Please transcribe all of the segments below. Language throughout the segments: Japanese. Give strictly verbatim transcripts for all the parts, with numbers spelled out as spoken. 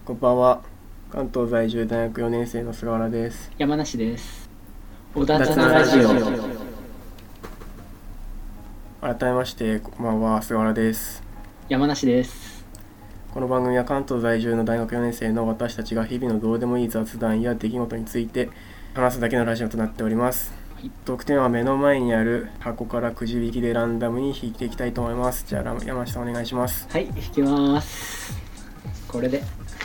こんばんは。関東在住大学よねん生の菅原です。 山梨です。小田田のラジオ。 改めましてこんばんは、菅原です。 山梨です。 この番組は関東在住の大学よねん生の私たちが日々のどうでもいい雑談や出来事について話すだけのラジオとなっております。はい、得点は目の前にある箱からくじ引きでランダムに引いていきたいと思います。じゃあ山下さんお願いします。 はい、引きます。これで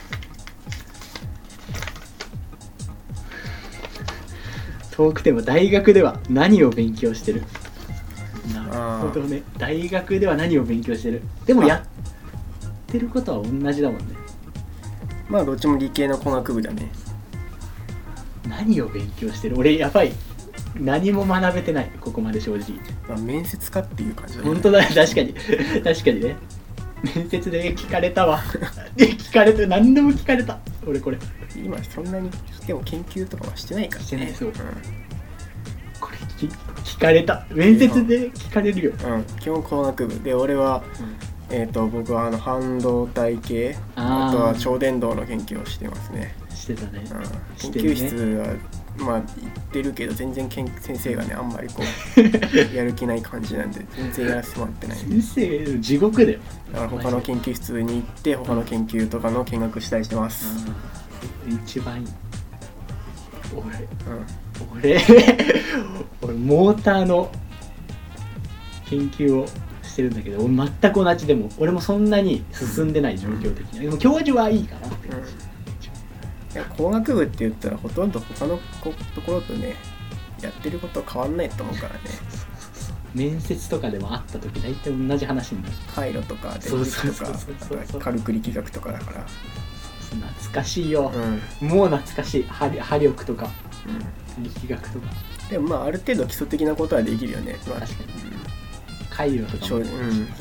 トークテーマ、大学では何を勉強してる。なるほどね。大学では何を勉強してる。でもやってることは同じだもんね。 まあどっちも理系の工学部だね。 何を勉強してる。俺やばい、何も学べてない、ここまで正直。 まあ、面接かっていう感じだね。 本当だ、確かに確かにね。面接で聞かれたわで聞かれて、何でも聞かれた俺これ。 今そんなにでも研究とかはしてないからね。 してない。そう、うん、これ 聞, 聞かれた面接で聞かれるよ。 うん、基本工学部で、俺は、うん、えっ、ー、と僕はあの半導体系、 あ, あとは超電導の研究をしてますね。 してたね、 うん、研究室は、ね、まあ行ってるけど全然先生がねあんまりこうやる気ない感じなんで全然やらせてもらってない。 先生地獄だよ。 だから他の研究室に行って他の研究とかの見学したりしてます。 一番いい。俺、うん、 俺俺モーターの研究をしてるんだけど、俺全く同じ。でも俺もそんなに進んでない状況的に、でも教授はいいかなって感じ、うん。 いや工学部って言ったらほとんど他のところとねやってることは変わんないと思うからね。 面接とかでも会った時大体同じ話になる。 回路とか電気とかカルク力学とかだから。 懐かしいよ、うん、もう懐かしい。 波, 波力とか、うん、力学とか。でもまあある程度基礎的なことはできるよね、まあ、 確かに、うん、回路とかも、うん、そうそうそう。いや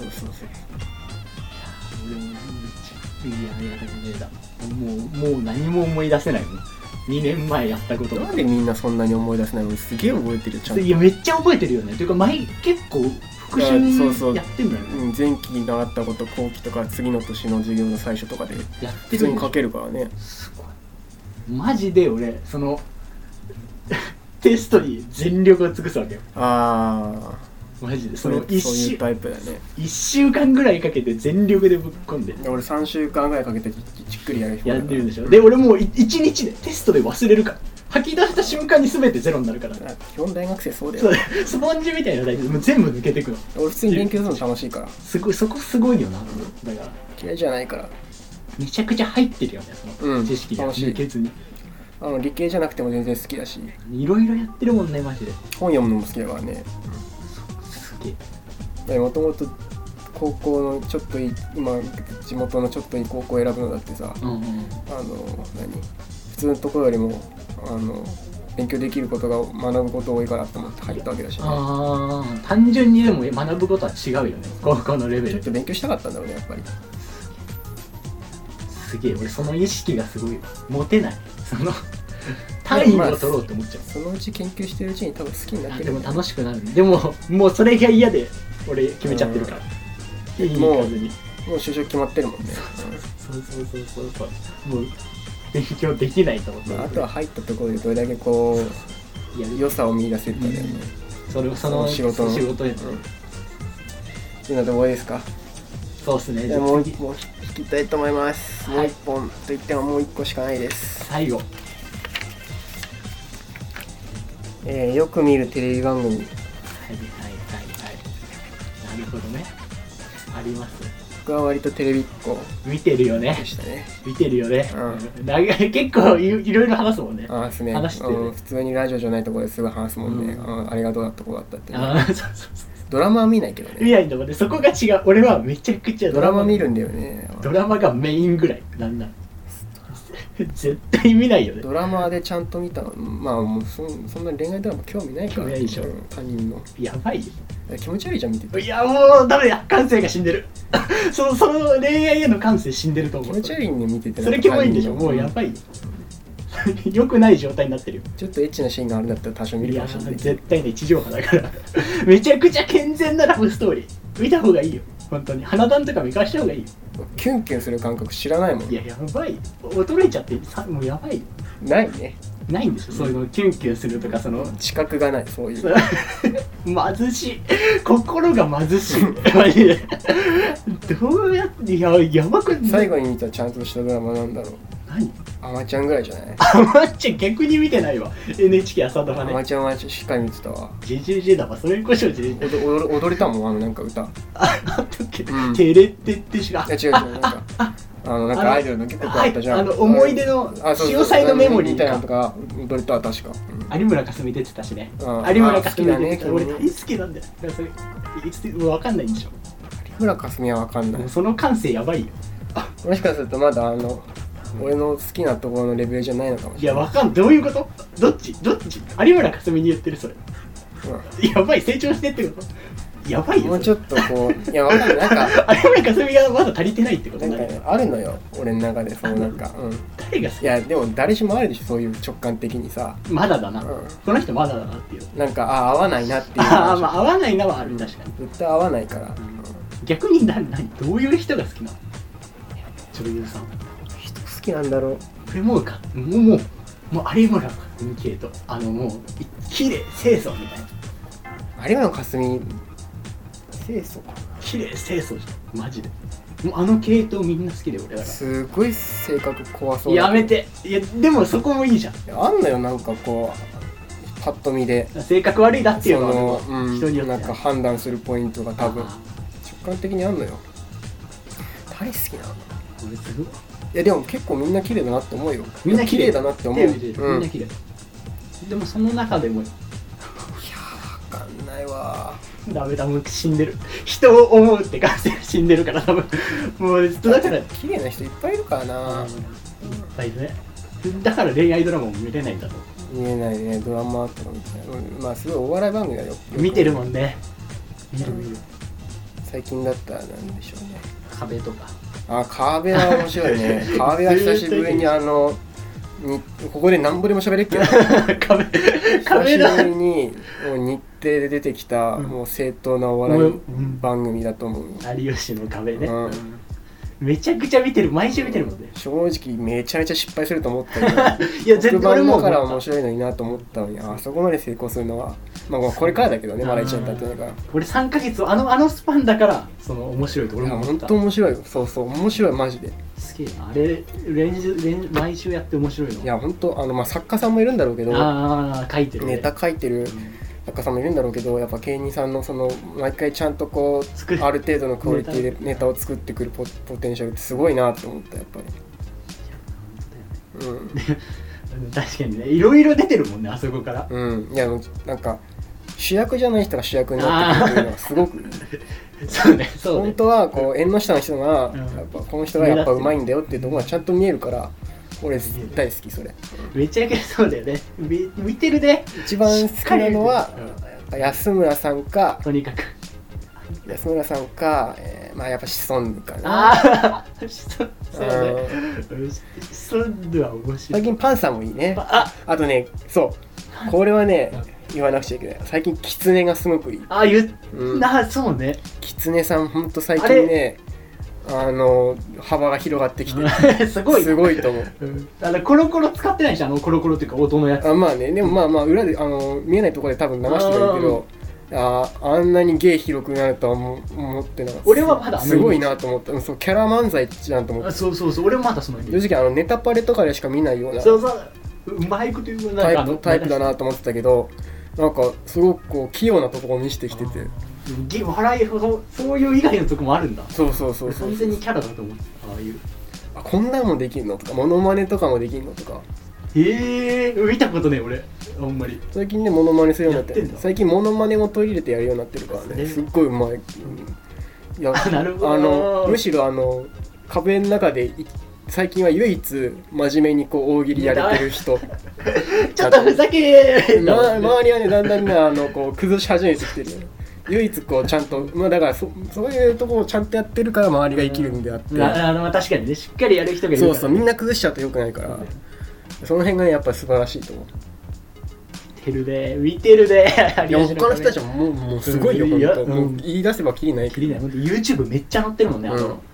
俺もめっちゃいやいやいやだもうもう何も思い出せないもん。にねんまえやったことなんでみんなそんなに思い出せないの。すげえ覚えてるよちゃんと。 いやめっちゃ覚えてるよね。というか前結構復習やってんだよね。 うん、前期に習ったこと後期とか次の年の授業の最初とかで普通に書けるからね。 すごいマジで。俺そのテストに全力を尽くすわけよ。 ああマジでその一そういうタイプだね。 いっしゅうかんぐらいかけて全力でぶっ込んで。 俺さんしゅうかんぐらいかけてじっくりやる人やってるんでしょ。で俺もういちにちでテストで忘れるから。吐き出した瞬間に全てゼロになるから。 基本大学生そうだよ、ね、 そうスポンジみたいな大学もう全部抜けてくの。 俺普通に勉強するの楽しいから。 すごいそこすごいよな。だから嫌いじゃないからめちゃくちゃ入ってるよね、その知識が抜けずに。 あの理系じゃなくても全然好きだし、 いろいろやってるもんねマジで。 本読むのも好きだからね、 うん、すげえ。 もともと高校のちょっといい今地元のちょっといい高校選ぶのだってさ、うんうん、あの何普通のところよりもあの勉強できることが学ぶこと多いからと思って入ったわけだしね。 ああ単純にでも学ぶことは違うよね、高校のレベル。 ちょっと勉強したかったんだろうねやっぱり。 すげえ俺その意識がすごい持てない。その単位を取ろうと思っちゃう、まあ、 そのうち研究してるうちに多分好きになってる。 でも楽しくなる。でももうそれが嫌で俺決めちゃってるから、 うん、いいもうもう就職決まってるもんね。 そうそうそうそうそう。もう勉強できないと思って、 まあ、あとは入ったところでどれだけこう良さを見出せるかだよね、 うん、それをその仕事の仕事へと、うん、 というので終わりですか。 そうですね。 じゃあもうもう引きたいと思います、はい、もう一本といってももう一個しかないです。 最後、 えー、よく見るテレビ番組。はいはいはいはい。なるほどね。あります。 僕は割とテレビっ子見てるよね。 でしたね。 見てるよね。うん、だ結構い, いろいろ話すもんね。 話すね。 話してる、 うん。普通にラジオじゃないところですぐ話すもんね。うん、あ, あれがどうだったこうだったって、ね。 あそうそうそう。 ドラマは見ないけどね。 見ないんだもんね。そこが違う。俺はめちゃくちゃドラマ見るんだよね。 ドラマがメインぐらいなんなん。絶対見ないよね。 ドラマでちゃんと見たの。まあもう そ, そんな恋愛ドラマ興味ないから。 興味ないでしょ。 他人の。 やばいよ。 気持ち悪いじゃん見てて。 いやもうダメや。感性が死んでる。そのその恋愛への感性死んでると思う。 気持ち悪いね見てて。 それキモいんでしょ。もうやばいよ。良くない状態になってるよ。 ちょっとエッチなシーンがあるんだったら多少見るかもしれない。 絶対ね地上波だからめちゃくちゃ健全なラブストーリー見た方がいいよ。本当に花壇とか見返した方がいいよ。 キュンキュンする感覚知らないもん。 いややばい、衰えちゃってさもうやばいよ。 ないね。 ないんでしょ、そういうのキュンキュンするとかその知覚がない、そういう貧しい、心が貧しいマジでどうやって、いややばくない？ 最後に見たちゃんとしたドラマなんだろう。 何？ あまちゃんぐらいじゃない？ あまちゃん逆に見てないわ。 エヌエイチケー 朝ドラね。 あまちゃんはしっかり見てたわ。 ジェジェジェだわ、それこそジェジェ踊踊れたもん、あのなんか歌。 ああったっけ、 うん、 テレってってしか。 いや違う違う、なんかあのなんかアイドルの曲あったじゃん。 あの思い出の潮騒のメモリーみたいなのとか踊れた確か、 うん、有村架純出てたしね。 有村架純出てた、 ね、 俺大好きなんだよ。だからそれいつもう分かんないんでしょ。 有村架純は分かんない。 もうその感性やばいよ。 もしかするとまだあの俺の好きなところのレベルじゃないのかもしれない。 いや分かん、どういうこと？どっちどっち？有村架純に言ってるそれ、うん、やばい、成長してってこと？やばいよ。 もうちょっとこう、いやわかんない、なんか有村架純がまだ足りてないってことなんか、ね、あるのよ俺の中で、そのなんか、うん、 誰が好き？ いやでも誰しもあるでしょ、そういう直感的にさ。 まだだな、うん、この人まだだなっていう、 なんかあ合わないなっていう。 ああまあ合わないなはある、確かに絶対合わないから、うん、 逆に何何どういう人が好きなの？女優さん人好きなんだろう。 これもうかもうもうもう有村架純系とあのもう綺麗清楚みたいな。 有村架純清楚か、 綺麗清楚じゃんマジで。もうあの系統みんな好きで俺だから。 すごい性格怖そう。 やめて。いやでもそこもいいじゃん。 あんのよ、なんかこうパッと見で性格悪いだっていうのはその、うん、人によってなんか判断するポイントが多分直感的にあんのよ。誰好きなの？ 俺すごい。 いやでも結構みんな綺麗だなって思うよ。 みんな綺麗だなって思う。 みんな綺麗。でもその中でもいや分かんないわ。 ダメだ、もう死んでる。人を思うって感性が死んでるから多分。もうずっとだから綺麗な人いっぱいいるからな。いっぱいいるね。だから恋愛ドラマも見れないんだと。 見えないね、ドラマとかみたいな。まあすごいお笑い番組だよ。 見てるもんね。見る見る。 最近だったらなんでしょうね。 壁とか。あ、 壁は面白いね。壁は久しぶりにあのにここでなんぼでも喋れっけど壁壁だ。 久しぶりにもう日テレで出てきた、うん、もう正当なお笑い番組だと思う。 有吉の壁ね、 うん、 めちゃくちゃ見てる、毎週見てるもんね。 正直めちゃめちゃ失敗すると思ったけどいや絶対俺もだから面白いのになと思ったのに、あそこまで成功するのはまあこれからだけどね、まだいちねん経ってないから。 俺さんかげつあのあのスパンだからその面白いと俺も思った。 いや本当面白いよ。そうそう面白いマジで。 すげえなあれ連日連毎週やって面白いの。 いや本当あのまあ作家さんもいるんだろうけど、 ああ書いてる、ね、 ネタ書いてる作家さんもいるんだろうけど、やっぱ芸人さんのその毎回ちゃんとこうある程度のクオリティでネタを作ってくる ポ, ポテンシャルってすごいなと思ったやっぱり。うん。 確かにね、いろいろ出てるもんねあそこから。 うん。いやなんか主役じゃない人が主役になってくるっていうのはすごくいい。 そうね、そうね。 本当はこう縁の下の人がやっぱこの人がやっぱうまいんだよっていうところがちゃんと見えるから。俺大好きそれ。 めちゃくちゃそうだよね。見てるね。 一番好きなのは安村さんか、 とにかく安村さんか、えー、まあやっぱシソンヌかな。 ああ、シソンヌ、そうね。シソンヌは面白い。 最近パンさんもいいね。あ、あとね、そうこれはね言わなくちゃいけない。最近キツネがすごくいい。 あ、言っ、うん、あ、そうね。 キツネさんほんと最近ね。あの幅が広がってきてすごいすごいと思う、 うん、あのコロコロ使ってないし、あのコロコロっていうか音のやつ。 あまあね、でもまあまあ裏であの見えないところで多分流してるけど、ああんなに芸広くなるとは思ってなかった。 俺はまだすごいなと思った。そうキャラ漫才じゃんと思って。 そうそうそう、俺もまだその正直あのネタパレとかでしか見ないようなそうそううまいこと言うタイプタイプだなと思ってたけど、なんかすごくこう器用なところを見せてきてて。 笑いそうそういう以外のとこもあるんだ。 そうそうそうそう。 完全にキャラだと思って、ああいうあこんなんもできんのとかモノマネとかもできんのとか。 へえ、見たことね俺あんまり。 最近ねモノマネするようになってる。最近モノマネも取り入れてやるようになってるからね。すっごいうまい。うん、いやなるほど。 あのむしろあの壁の中で最近は唯一真面目にこう大喜利やれてる人ちょっとふざけー、 ま、周りはねだんだんねあのこう崩し始めてきてるよね。唯一こうちゃんと、まあ、だから そ, そういうところをちゃんとやってるから周りが生きるんであって、 ああ確かにね、しっかりやる人がいるから、ね、 そうそうみんな崩しちゃうとよくないから、うん、その辺がねやっぱり素晴らしいと思う。 見てるね、見てるね。 いや他の人たちはもうもうすごいよ、うん、本当、うん、もう言い出せばきりないきりない。本当 YouTube めっちゃ載ってるもんね、うん、あの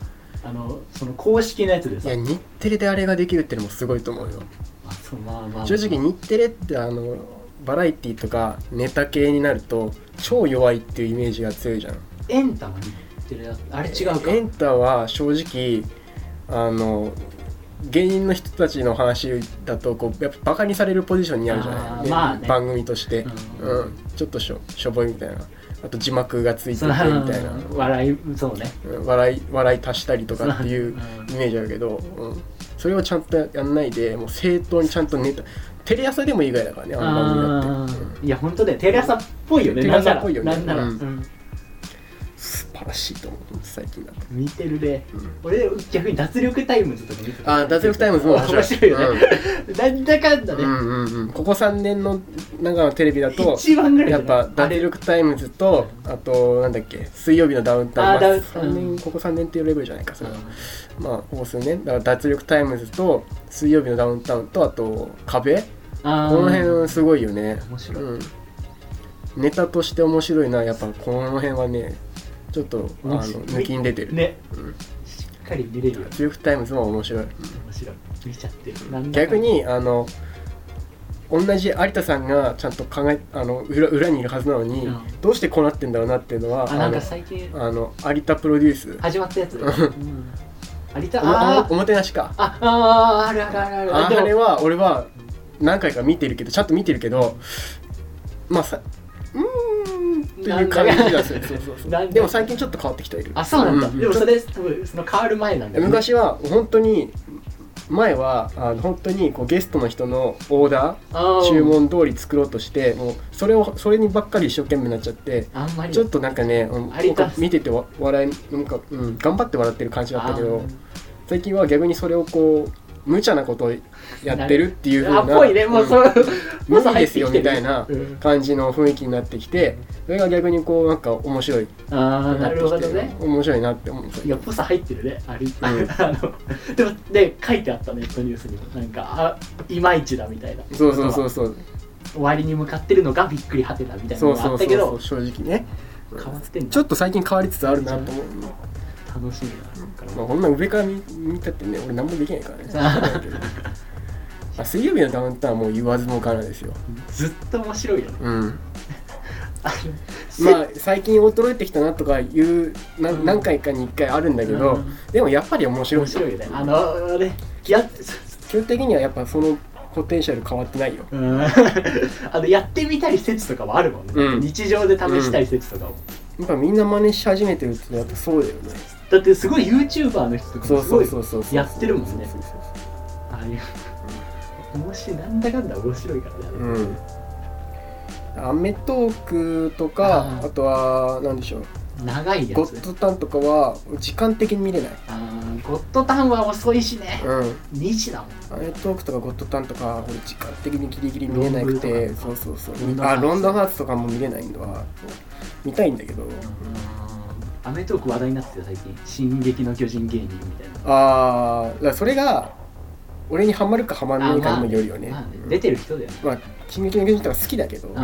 あのその公式のやつでさ。 いや日テレであれができるってのもすごいと思うよ。 あそうまあまあまあ、 正直日テレってあのバラエティとかネタ系になると超弱いっていうイメージが強いじゃん。 エンタも日テレだあれ違うか。 エンタは正直あの芸人の人たちの話だとこうやっぱバカにされるポジションにあるじゃない、ねまあね、 番組として、うんうん、ちょっとしょ、しょぼいみたいな、あと字幕がついててみたいな、 笑いそうね、 笑い笑い足したりとかっていうイメージあるけど、うん、それをちゃんとやんないでもう正当にちゃんとネタテレ朝でもいいぐらいだからね、あの番組だって、うん、 いや本当でテレ朝っぽいよね、 テレ朝っぽいよね、 なんなら、うんうん素晴らしいと思う最近だと見てるね、うん、俺逆に脱力タイムズとか見てた。あ脱力タイムズも面白い、 面白いよね、うん、なんだかんだね、 うんうんうん、ここさんねんの長のテレビだと一番ぐらいやっぱ脱力タイムズと あ, あとなんだっけ水曜日のダウンタウン、 あ、まあ、 さんねんここさんねんっていうレベルじゃないかそれは、うん、まあここ数年だから脱力タイムズと水曜日のダウンタウンとあと壁、 あこの辺すごいよね。 面白い、うん、 ネタとして面白いな、やっぱこの辺はねちょっとあの抜きに出てるね、 うん、 しっかり見れるよ。 脱力タイムズも面白い、面白い見ちゃってる。なん逆にあの同じ有田さんがちゃんと考えあの 裏, 裏にいるはずなのに、うん、どうしてこうなってんだろうなっていうのは、 あなんか最近あの有田プロデュース始まったやつ、うん、有田あおもてなしか、 あああるあるあるある、 あれは俺は何回か見てるけどちゃんと見てるけどまあさうーんっていう感じがする。そうそうそうでも最近ちょっと変わってきている。 あそうなんだ、うん、でもそれ多分その変わる前なんだ、ね、 昔は本当に前はあの本当にこうゲストの人のオーダー注文通り作ろうとしてもうそれをそれにばっかり一生懸命になっちゃってあんまりちょっとなんかねなんか見てて笑いなんか、うん、頑張って笑ってる感じだったけど最近は逆にそれをこう無茶なことをやってるっていう風な、 あっぽいね、もうそ、 うん、無理ですよみたいな感じの雰囲気になってきて、それが逆にこうなんか面白い。 ああなるほどね。 面白いなって思う。 いやぽさ入ってるね。あれ、うん、あのでもで書いてあったネットニュースにもなんかあいまいちだみたいな。 そうそうそうそう。 終わりに向かってるのがびっくりはてたみたいなのがあったけど、 そうそうそうそう正直ね。 変わってんの。 ちょっと最近変わりつつあるなと思う。 楽しみだ、 まあ、こんな上から 見, 見たってね俺何もできないからねあ水曜日のダウンタウンはもう言わずもがなですよ。 ずっと面白いよね、 うん、まあ最近衰えてきたなとかいうな、うん、何回かにいっかいあるんだけど、うん、でもやっぱり面白い。 面白いよね。あのねや基本的にはやっぱそのポテンシャル変わってないよ。 うんあのやってみたい説とかもあるもんね、うん、日常で試したい説とかも、うん、 やっぱみんな真似し始めてるってやっぱそうだよね。 だってすごい YouTuber の人とかもすごいやってるもんね。ああいう面白いなんだかんだ面白いからね。 うん。アメトークとか あ, あとは何でしょう。 長いやつ。 ゴッドタンとかは時間的に見れない。 あゴッドタンは遅いしね。 うん。 にじだもん。 アメトークとかゴッドタンとか俺時間的にギリギリ見れなくて、そうそうそう。あロンドンハーツとかも見れないんだわ。見たいんだけど。うんアメトーク話題になってた最近進撃の巨人芸人みたいな。 ああだからそれが俺にハマるかハマらないかにもよるよね。 まあまあね出てる人だよね。 まあ進撃の巨人とか好きだけど、うん、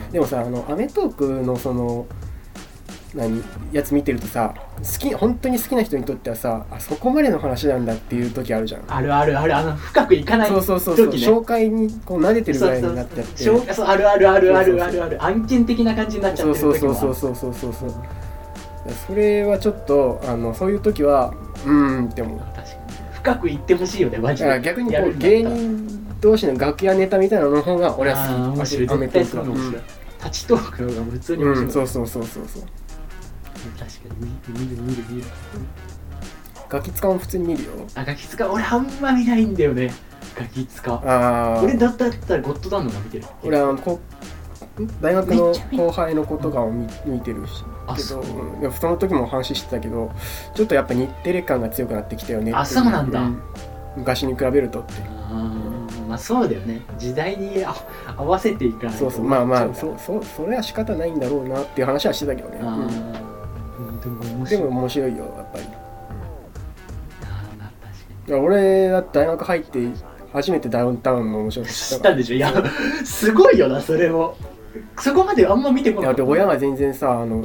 でもさあのアメトークのその何やつ見てるとさ好き本当に好きな人にとってはさあそこまでの話なんだっていう時あるじゃん。 あるあるあるあの深くいかない時、ね、 そうそうそうそう紹介にこう撫でてるぐらいになってあってそうそうそうあるあるあるあるあるある案件的な感じになっちゃってる時もある。 そうそうそうそうそうそうそうそれはちょっとあのそういう時はうーんって思う。 確かに深く言ってほしいよねマジで。 逆にこう芸人同士の楽屋ネタみたいなの方が俺は好き。 あ面白い絶対そう面白い、うん、立ちトークの方が普通に面白い、 うん、そうそうそうそうそう確かに見る見る見る、うん、 ガキ使も普通に見るよ。 あガキ使俺あんま見ないんだよねガキ使。あ俺だったらゴッドタンのが見てる。 俺はこ大学の後輩の子とかを 見, 見てるしけど、うん、その時も話してたけどちょっとやっぱ日テレ感が強くなってきたよね。 あそうなんだ、うん、 昔に比べるとって。 あ、うん、まあそうだよね時代に合わせていかないと。 そうそうまあまあそそそれは仕方ないんだろうなっていう話はしてたけどね。あ、 うん、でも面白い。 でも面白いよやっぱり。 ああ確かに。 俺だって大学入って初めてダウンタウンの面白さ知ったんでしょ。いやすごいよなそれを。そこまであんま見てこない。 いやで親が全然さあの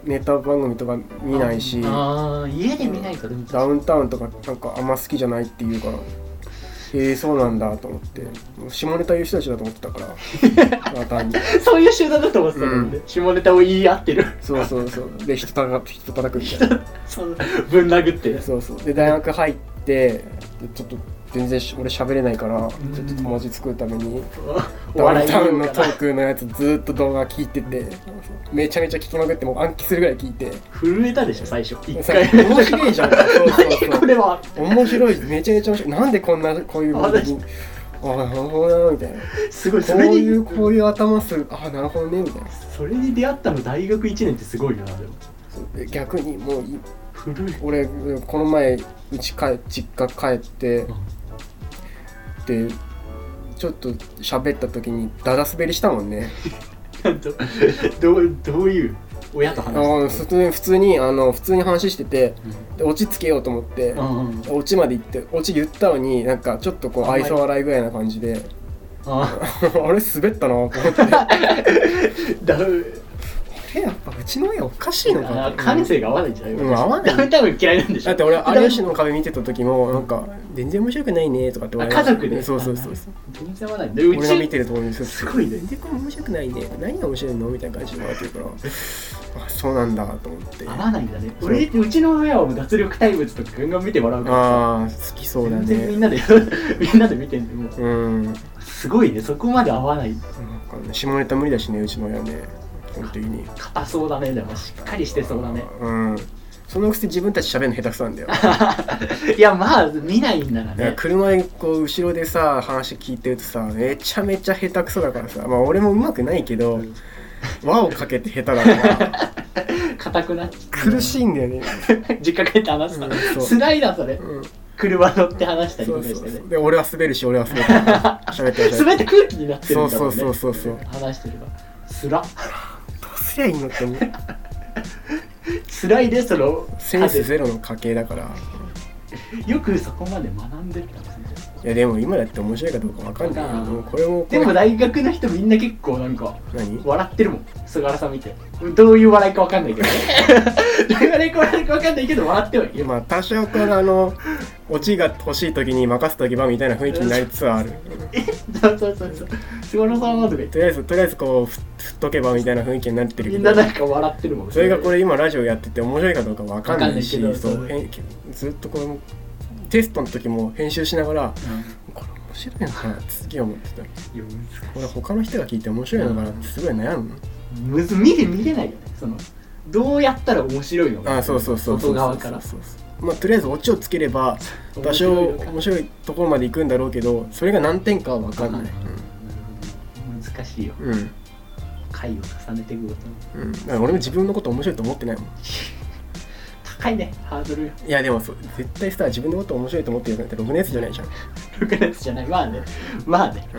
ネタ番組とか見ないし、 ああ家で見ないかでもダウンタウンとかなんかあんま好きじゃないっていうから、えー、そうなんだと思って、下ネタ言う人たちだと思ってたから単にそういう集団だと思ってたもんね、うん、下ネタを言い合ってるそうそうそうで人たた人叩くみたいなそうぶん殴ってそうそうで大学入ってちょっと全然俺喋れないからちょっと友達作るためにダウンタウンのトークのやつずっと動画聞いててめちゃめちゃ聞きまくってもう暗記するぐらい聞いて震えたでしょ最初一回面白いじゃんそうそうそう何これは面白いめちゃめちゃ面白いなんでこんなこういうあなるほどなみたいなすごいこういうこういう頭するあなるほどねみたいなそれに出会ったの大学いちねんってすごいなでも逆にもう古い俺この前うち帰実家帰って、うんでちょっと喋った時にダダ滑りしたもんねなんとどうどういう親と話してあ普通にあの普通に話してて、うん、でオチつけようと思って、うんうん、オチまで行ってオチ言ったのになんかちょっとこう愛想笑いぐらいな感じでああれ滑ったなと思ってだやっぱうちの親おかしいのかな感性が合わないんじゃない、うん、 合わないダウンタウン嫌いなんでしょだって俺有吉の壁見てた時もなんか全然面白くないねとかって言われて家族でそうそうそうそう全然合わないでうち俺が見てるところにすごいね全然面白くないね何が面白いのみたいな感じで言われてるからあそうなんだと思って合わないんだね俺うちの親は脱力タイムズとかガンガン見てもらうからああ好きそうだね全然みんなでみんなで見てんでもう、うん、すごいねそこまで合わないなんか、 ね、下ネタ無理だしねうちの親ね基本的に硬そうだねでもしっかりしてそうだねうんそのくせ自分たち喋るの下手くそなんだよいやまあ見ないんならね車でこう後ろでさ話聞いてるとさめちゃめちゃ下手くそだからさまあ俺も上手くないけど、うん、輪をかけて下手だから硬くなっ苦しいんだよね実家帰って話すから、うん、辛いなそれ、うん、車乗って話したりとかしてねそうそうそうで俺は滑るし俺は滑る喋って滑って空気になってるんだもんねそうそうそうそう話してるからつらどうすりゃいいのって思う辛いでそのセンスゼロの家系だからよくそこまで学んでったんですねいやでも今だって面白いかどうか分かんないけどこれもこれでも大学の人みんな結構なんか何笑ってるもん菅原さん見てどういう笑いか分かんないけどどういう笑いか分かんないけど笑ってはいるまあ多少このあのオチが欲しい時に任せとけばみたいな雰囲気になりつつあるえそうそうそうそう菅原さんはとか言ってとりあえずとりあえずこう振っとけばみたいな雰囲気になってるけどみんななんか笑ってるもんそれがこれ今ラジオやってて面白いかどうか分かんないしそうそうずっとこのテストの時も編集しながら、うん、これ面白いのかなってすげえ思ってたこれ他の人が聞いて面白いのかなってすごい悩むむず見れ見れないよねそのどうやったら面白いのかあそうそうそう外側からまあとりあえずオチをつければ多少面白いところまで行くんだろうけどそれが何点かは分かんない、 うん、難しいよ、 うん、 回を重ねていくごとに、 うん、俺も自分のこと面白いと思ってないもん高いねハードルいやでもそう絶対さ自分のこと面白いと思ってるなんてろくのやつじゃないじゃんろくのやつじゃないまあねまあね、 うん、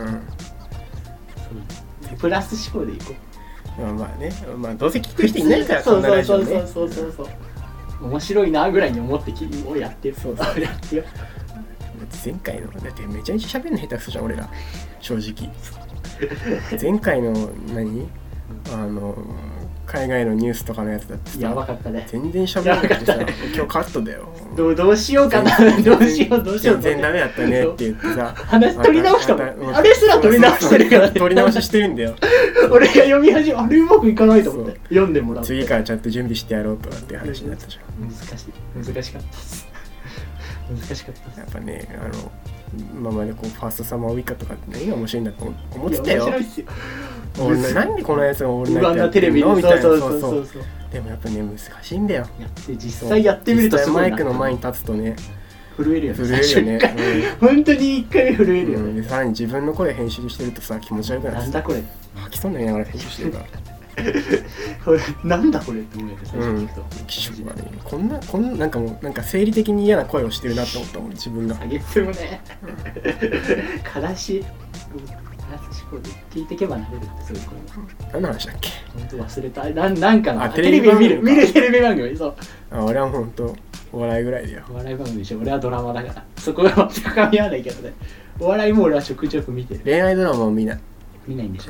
プラス思考でいこうまあねまあどうせ聞く人いないからこんなラジオねそうそうそうそうそう面白いなぐらいに思ってをやってるそうそうやってよ前回のだってめちゃめちゃ喋るの下手くそじゃん俺ら正直前回の何あの海外のニュースとかのやつだってさやばかったね全然喋らなくてさ、ね、今日カットだよどう、どうしようかなどうしようどうしよう全然ダメだったねって言ってさ話取り直したもん、ま、あれすら取り直してるからね取り直ししてるんだよ俺が読み始めあれうまくいかないと思って読んでもらって次からちゃんと準備してやろうとかっていう話になったじゃん難しい難しかったです難しかったですやっぱねあの今までこうファーストサマーウイカとかって何が面白いんだと思ってたよ面白いっすよ俺なんでこのやつがオールナイトやってるのみたいなそうそうそうそうでもやっぱね難しいんだよやって実際やってみるとすごいなマイクの前に立つとね震えるよね震えるよね、 うん、本当に一回震えるよね、 うん、でさらに自分の声編集してるとさ気持ち悪くなるなんだこれ吐きそうになりながら編集してるからこれなんだこれって思うよね最初聞くと、 うん、気色がねこんなこんななんかもうなんか生理的に嫌な声をしてるなと思ったもん自分が下げてもね悲しい聞いてけばなれるってそういう声何の話だっけ本当忘れたななんかのテレビ見る見るテレビ番組そうあ俺は本当お笑いぐらいだよお笑い番組でしょ俺はドラマだからそこが全く噛み合わないけどねお笑いも俺はちょくちょく見てる恋愛ドラマを見ない見ないんでしょ、 うん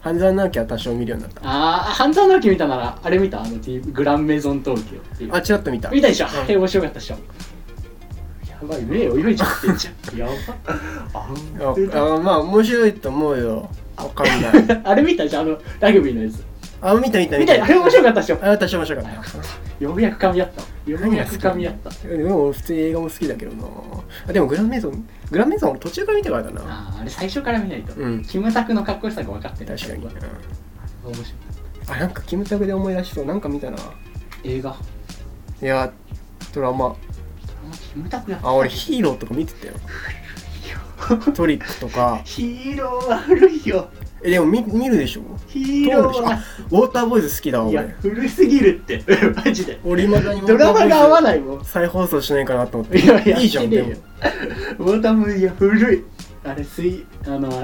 半沢直樹は多少見るようになった。 ああ、半沢直樹見たならあれ見た、あのグランメゾン東京っていう。 あ、チラッと見た。 見たでしょ、 うん、 あれ面白かったでしょ。やばい、目泳いじゃってんじゃん。やばああ、まあ面白いと思うよ。わかんないあれ見たじゃん、あのラグビーのやつ。 あ、見た見た見た。あれ面白かったでしょ。 あれ私面白かった。 ようやく噛み合った。ようやく噛み合った。 でも普通に映画も好きだけどな。あ、でもグランメゾングランメゾン俺途中から見てからだな。 ああ、あれ最初から見ないと、 うん、 キムタクのかっこよさが分かってない。 確かに、うん、面白い。 あ、なんかキムタクで思い出しそう。なんか見たな。 映画、 いやドラマ。 キムタクやった。 あ、俺ヒーローとか見てたよトリックとか。 ヒーローは古いよ。 え、でも 見, 見るでしょ。 ヒーローはウォーターボーイズ好きだわ。 いや古すぎるってマジで。 俺未だにドラマが合わないもん。 再放送しないかなと思って。 いやいやいいじゃん。でもウォーターボーイズ、いや古い。あれすいあの、うん、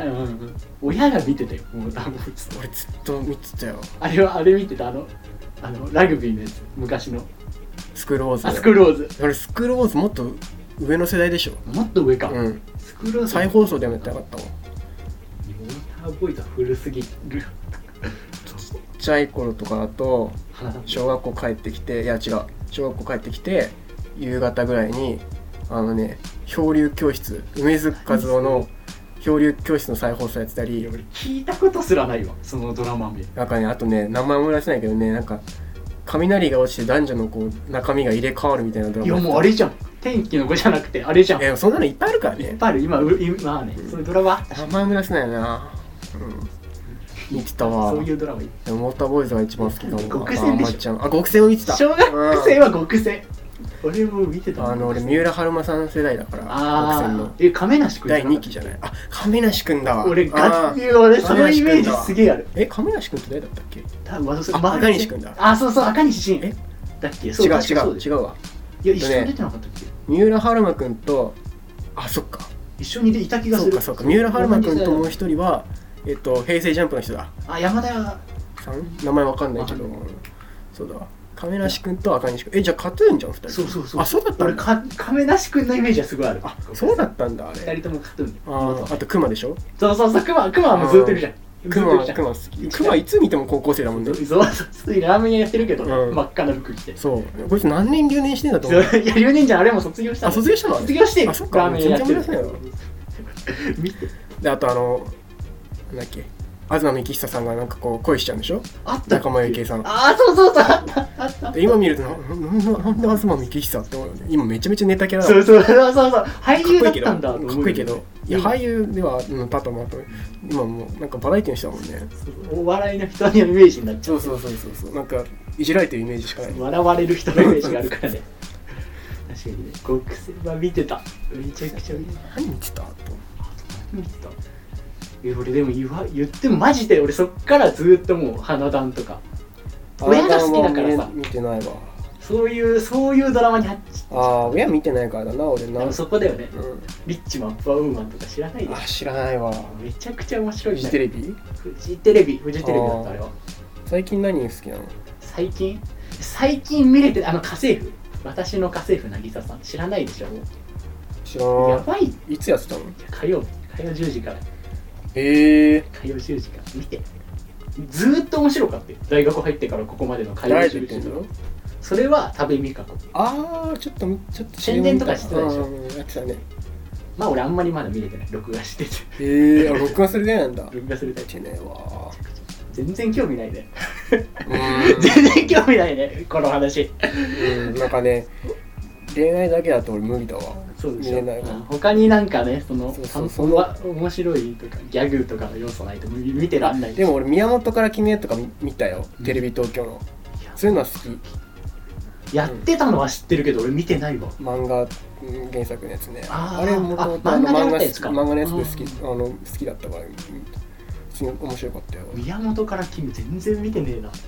親が見てたよ、ウォーターボーイズ。 俺ずっと見てたよ。 あれはあれ見てた、あのあのラグビーのやつ、昔のスクールウォーズ。 あ、スクールウォーズ。 俺スクールウォーズもっと上の世代でしょ。 もっと上か。 うん。 スクールウォーズ再放送でやめてなかったもん。 ウォーターボーイズは古すぎる。 ちっちゃい頃とかだと小学校帰ってきて、いや違う、小学校帰ってきて夕方ぐらいにあのね、漂流教室、梅津和夫の漂流教室の再放送やってたり。 聞いたことすらないわ、そのドラマ名。 なんかね、あとね、名前思い出せないけどね、なんか雷が落ちて男女のこう中身が入れ替わるみたいなドラマ。 いやもうあれじゃん、天気の子じゃなくてあれじゃん。 え、そんなのいっぱいあるからね。 いっぱいある。今今ね、そういうドラマあったし。 名前思い出せないよな。うん、見てたわ。 そういうドラマいっでもウォーターボーイズが一番好きかも。 極戦でしょ。 あ、まっちゃん。あ、極戦を見てた。 小学生は極戦。俺も見てた。 あの俺三浦春馬さん世代だから。 あ極戦の。 え、亀梨君だいにきじゃない。あ、亀梨君だわ。 俺ガッ俺そのイメージすげえある。 え、亀梨君って誰だったっけ？ 多分あ、赤西君だ。 あ、そうそう、赤西真。 え、 だっけ？ 違う違う違うわ。 いや、一緒に出てなかったっけ？ 三浦春馬君と、あ、そっか。 一緒にいた気がする。 そうかそうか。三浦春馬君ともう一人は、えっと平成ジャンプの人だ。 あ、山田さん？名前わかんないけど、そうだ。亀梨君と赤西君。え、じゃあカトゥーンじゃん、ふたり。 そうそうそう。 あ、そうだったんだ。 俺亀梨君のイメージはすごいある。 あ、そうだったんだ、あれ。 ふたりともカトゥーン。 あ、あとクマでしょ。 そうそうそう、クマクマはもうずっといるじゃん。 クマクマ好き。クマいつ見ても高校生だもんね。 そうそうそう、ラーメン屋やってるけど、真っ赤な服着て。 そう。こいつ何年留年してんだと思う。 いや、留年じゃん、あれも卒業した。 あ、卒業したの？ 卒業して、 あ、そっか。 ラーメン屋やってる。 見て。で、あとあの、なんだっけ。東幹久さんがなんかこう恋しちゃうんでしょ。 あった。 仲間由紀恵さん。 あ、そうそうそう、あったあった。 で今見るとな、なんで東幹久って思うよね。今めちゃめちゃネタキャラだ。 そうそうそうそう、俳優だったんだと思う。 かっこいいけど、いや俳優ではうんパッと思うと今もうなんかバラエティの人だもんね。 お笑いの人のイメージになっちゃう。 そうそうそうそう、なんかいじられてるイメージしかない。 笑われる人のイメージがあるからね。確かにね、極戦は見てた。めちゃくちゃ見てた。 何見てたと。 見てた。え、俺でも言わ言ってもマジで俺そっからずっともう花壇とか親が好きだからさ。 見てないわ。 そういうそういうドラマに入っちゃう。 ああ、親見てないからだな俺な。 そこだよね、 うん、 リッチマンプアウーマンとか知らないで。 あ、知らないわ。 めちゃくちゃ面白い。 フジテレビ？ フジテレビフジテレビだったあれは。 最近何好きなの？ 最近最近見れてあの家政婦、私の家政婦渚さん知らないでしょ。 知らない。 やばい。 いつやってたの？ 火曜日火曜じゅうじから。 へえ。 火曜じゅうじから見て。ずーっと面白かったよ。大学入ってからここまでの火曜じゅうじ。それは多部未華子。 ああ、ちょっとちょっと宣伝とかしてたでしょ。 やってたね。まあ俺あんまりまだ見れてない。録画してて。 へえ、録画するぐらいなんだ。 録画するタイプ。 ねえわ。 全然興味ないね。全然興味ないね、この話。 うん、なんかね、恋愛だけだと俺無理だわ。 そうでしょ。 見れないわ。 他になんかね、そのそうそう、 面白いとかギャグとかの要素ないと見てらんない。 でも俺宮本から君へとか見たよ、テレビ東京の。そういうのは好き。 やってたのは知ってるけど俺見てないわ。 漫画原作のやつね。 ああれもともと漫画のやつで好き、あの好きだったから普通に面白かったよ。 宮本から君全然見てねえな。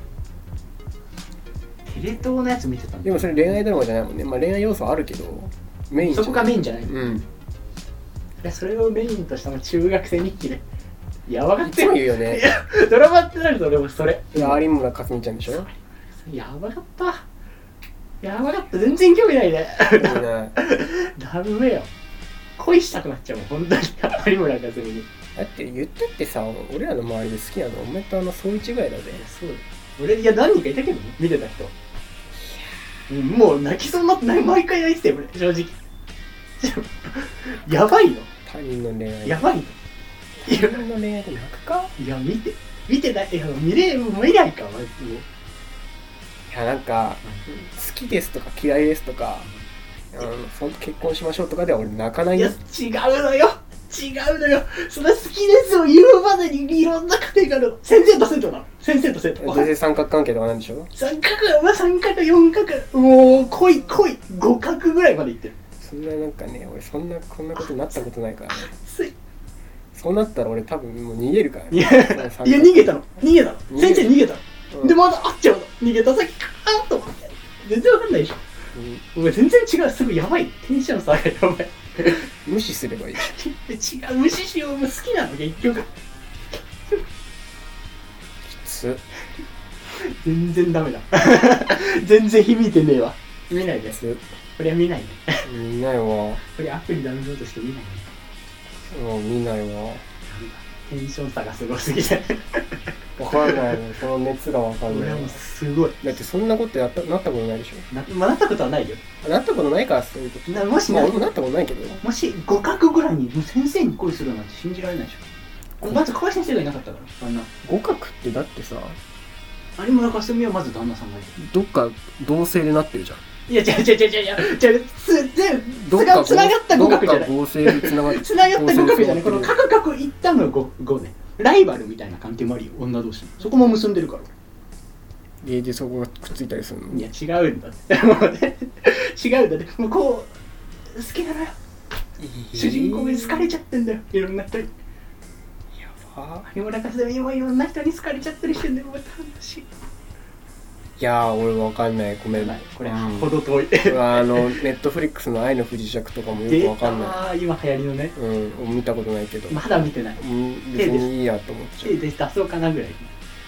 テレ東のやつ見てたんだ。 でもそれ恋愛ドラマじゃないもんね。まあ恋愛要素はあるけどメインそこがメインじゃない。 うん。 それをメインとしたの中学生日記ね。やばかったよ。いつも言うよね。 ドラマってなると俺もそれ。 いや有村架純ちゃんでしょ。 やばかった。やばかった。全然興味ないね。ダメよ。恋したくなっちゃうもん本当に有村架純に。 だって言ったってさ、俺らの周りで好きなのお前とあの総一ぐらいだぜ。 そうだよ。俺いや何人かいたけどね、見てた人。もう泣きそうになって毎回泣いてたよ俺正直。やばいの。 他人の恋愛。 やばいの。 他人の恋愛で泣くか。 いや見て見てない。いや見れ見ないかマジで。 いやなんか好きですとか嫌いですとか、あのそん結婚しましょうとかでは俺泣かないよ。 いや違うのよ。違うのよ。その好きですを言うまでにいろんな家庭があるの。先生と生徒なの。先生と生徒。 全然三角関係とかなんでしょ。 三角は三角四角もう濃い濃い五角ぐらいまでいってる。 そんななんかね俺そんなこんなことになったことないからね。 ついそうなったら俺多分もう逃げるからね。 いやいや逃げたの逃げたの先生逃げたの、うん、でまだ会っちゃうの。逃げた先カーンと思って全然わかんないでしょ、うん、お前全然違う。すぐやばいテンション下がるやばい。 無視すればいい。 違う無視しよう。も好きなの結局。きつ全然ダメだ。全然響いてねえわ。見ないで。これは見ないね。 見ないわ。 これアプリダウンロードして見ないね。 もう見ないわ。 テンション差がすごすぎて。 わかんないもん。その熱がわかんない。 俺はもうすごい。 だってそんなことやったなったことないでしょ。 な、まあ、なったことはないよ。 なったことないからそういうこと。 なもしまあ俺もなったことないけど。 もし互角ぐらいにもう先生に恋するなんて信じられないでしょ。まず河合先生がいなかったからあんな。 互角ってだってさ。 有村架純はまず旦那さんがいて。 どっか同性でなってるじゃん。 いや違う違う違う違う違う。つ全部つながった互角じゃない。 合成でつながってつながった互角じゃない。このカクカクいったのごごね。ライバルみたいな関係もあるよ女同士。そこも結んでるから。 家でそこがくっついたりするの。 いや違うんだってもうね違うんだってもうこう好きなのよ、えー、主人公に好かれちゃってんだよいろんな人に。やばー有村架純もいろんな人に好かれちゃったりしてんだよ。また話。 いやー俺わかんない。ごめんない。 これほど遠い。 あのネットフリックスの愛の不時着とかもよくわかんない。 ああ今流行りのね。 うん見たことないけど。 まだ見てない。 うん、別にいいやと思っちゃう。 手で出そうかなぐらい。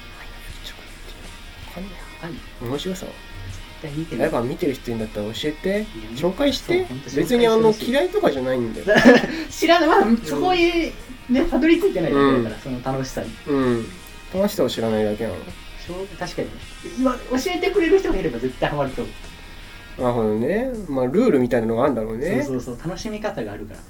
はい、面白さやっぱ見てる人いるんだったら教えて紹介して。別にあの嫌いとかじゃないんだよ。 知らない。まだそういうねたどり着いてないだけだから、その楽しさに。 うん楽しさを知らないだけなの。 確かに今教えてくれる人がいれば絶対ハマると思う。 なるほどね。まあルールみたいなのがあるんだろうね。 そうそうそう楽しみ方があるから。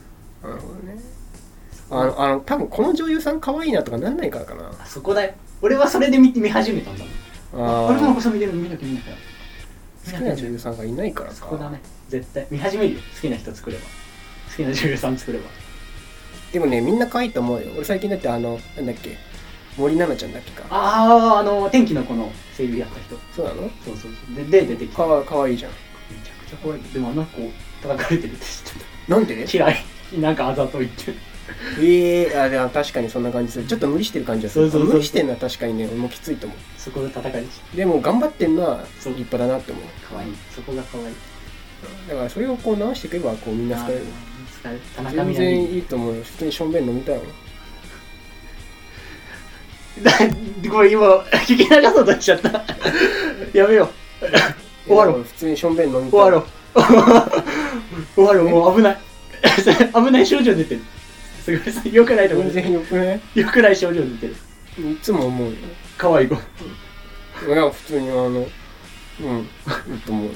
なるほどね。あのあの多分この女優さん可愛いなとかなんないからかな。 あそこだよ。俺はそれで見て見始めたんだもん。 あ俺もこそ見てる見なきゃ見なきゃ。 好きな女優さんがいないからか。 そこだね。絶対見始めるよ。好きな人作れば。好きな女優さん作れば。 でもねみんな可愛いと思うよ。俺最近だってあのなんだっけ森七菜ちゃんだっけか。 あああの天気の子の声優やった人。 そうなの？ そうそうそう。でで出てきた。 かわ可愛いじゃん。 めちゃくちゃ可愛い。でもあの子叩かれてるって知ってた。なんで？ 嫌い。なんかあざといって。 ええー、あでも確かにそんな感じする。ちょっと無理してる感じはする。 そうそうそう無理してるのは確かにね俺もきついと思う。 そこで叩かれちゃう。 でも頑張ってんのは立派だなって思う。 可愛い。そこが可愛い。 だからそれをこう直していけばこうみんな使える。 使える。田中みな実。 全然いいと思うよ。普通にしょんべん飲みたいもん。 ごめん今聞き流そうとしちゃった。やめよう。終わろう。 普通にしょんべん飲みたい。 終わろう。終わろう。もう危ない。危ない症状出てる。すごい良くないところ。 全然良くない。 良くない症状出てる。 いつも思うよ。 可愛い子。 いや普通にあのうんいいと思う。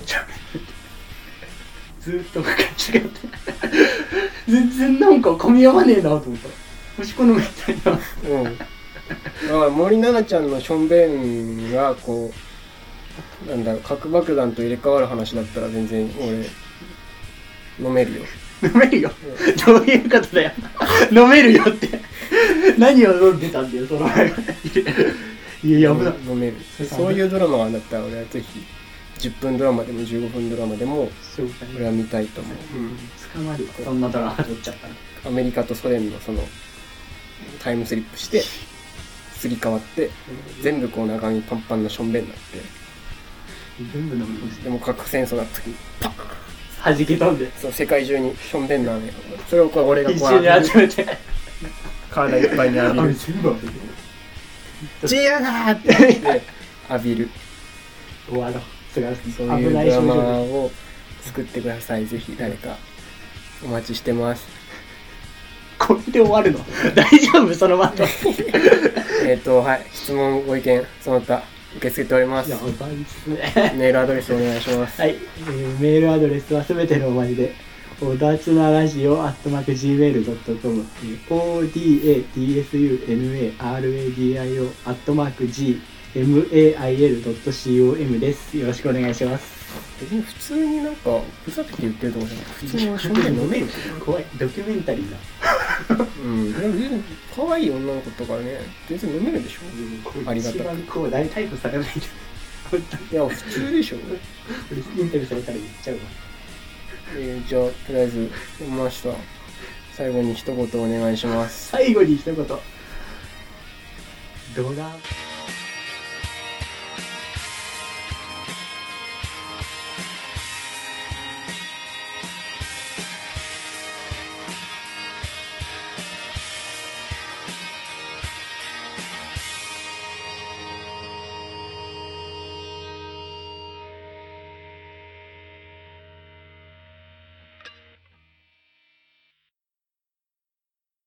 ずーっと間違って全然なんか噛み合わねえなと思ったら星子のみたいな。 うんだから森七菜ちゃんのしょんべんがこうなんだろう核爆弾と入れ替わる話だったら全然俺飲めるよ。 飲めるよ、うん、どういうことだよ飲めるよって何を飲んでたんだよその前いやいや危ない。 飲める。そういうドラマがあるんだったら俺はぜひじゅっぷんドラマでもじゅうごふんドラマでも俺は見たいと思う。 捕まるよそんなドラマ撮っちゃったら。 アメリカとソ連のそのタイムスリップしてすり替わって全部こう中身パンパンのしょんべんになって全部飲み干してでも核戦争の時にパーン弾け飛んでそう世界中にしょんべんなのよ。それをこう俺がこう一緒に集めて体いっぱいに浴びる。 全部浴びる。 自由だって言って浴びる。 終わろう。 そういうドラマを作ってください。ぜひ誰かお待ちしてます。 これで終わるの大丈夫そのままえっとはい質問ご意見その他受け付けております。 やばいっすねメールアドレスお願いします。 はい、えー、メールアドレスはすべてのおまじでおだつなラジオアットマーク ジーメールドットコム オーディーエーティーエスユーエヌエーアールエーディーアイオー アットマーク ジーエムエーアイエルドットコム です。よろしくお願いします。 別に普通になんかふざけて言ってるとこじゃない。普通の正面飲める怖いドキュメンタリーだうんでも全然可愛い女の子とかね全然飲めるでしょ、うん、ありがたく一番こう大逮捕されないいや普通でしょ俺インタビューされたら言っちゃうわ。 えー、じゃあとりあえず読みました。最後に一言お願いします。 最後に一言動画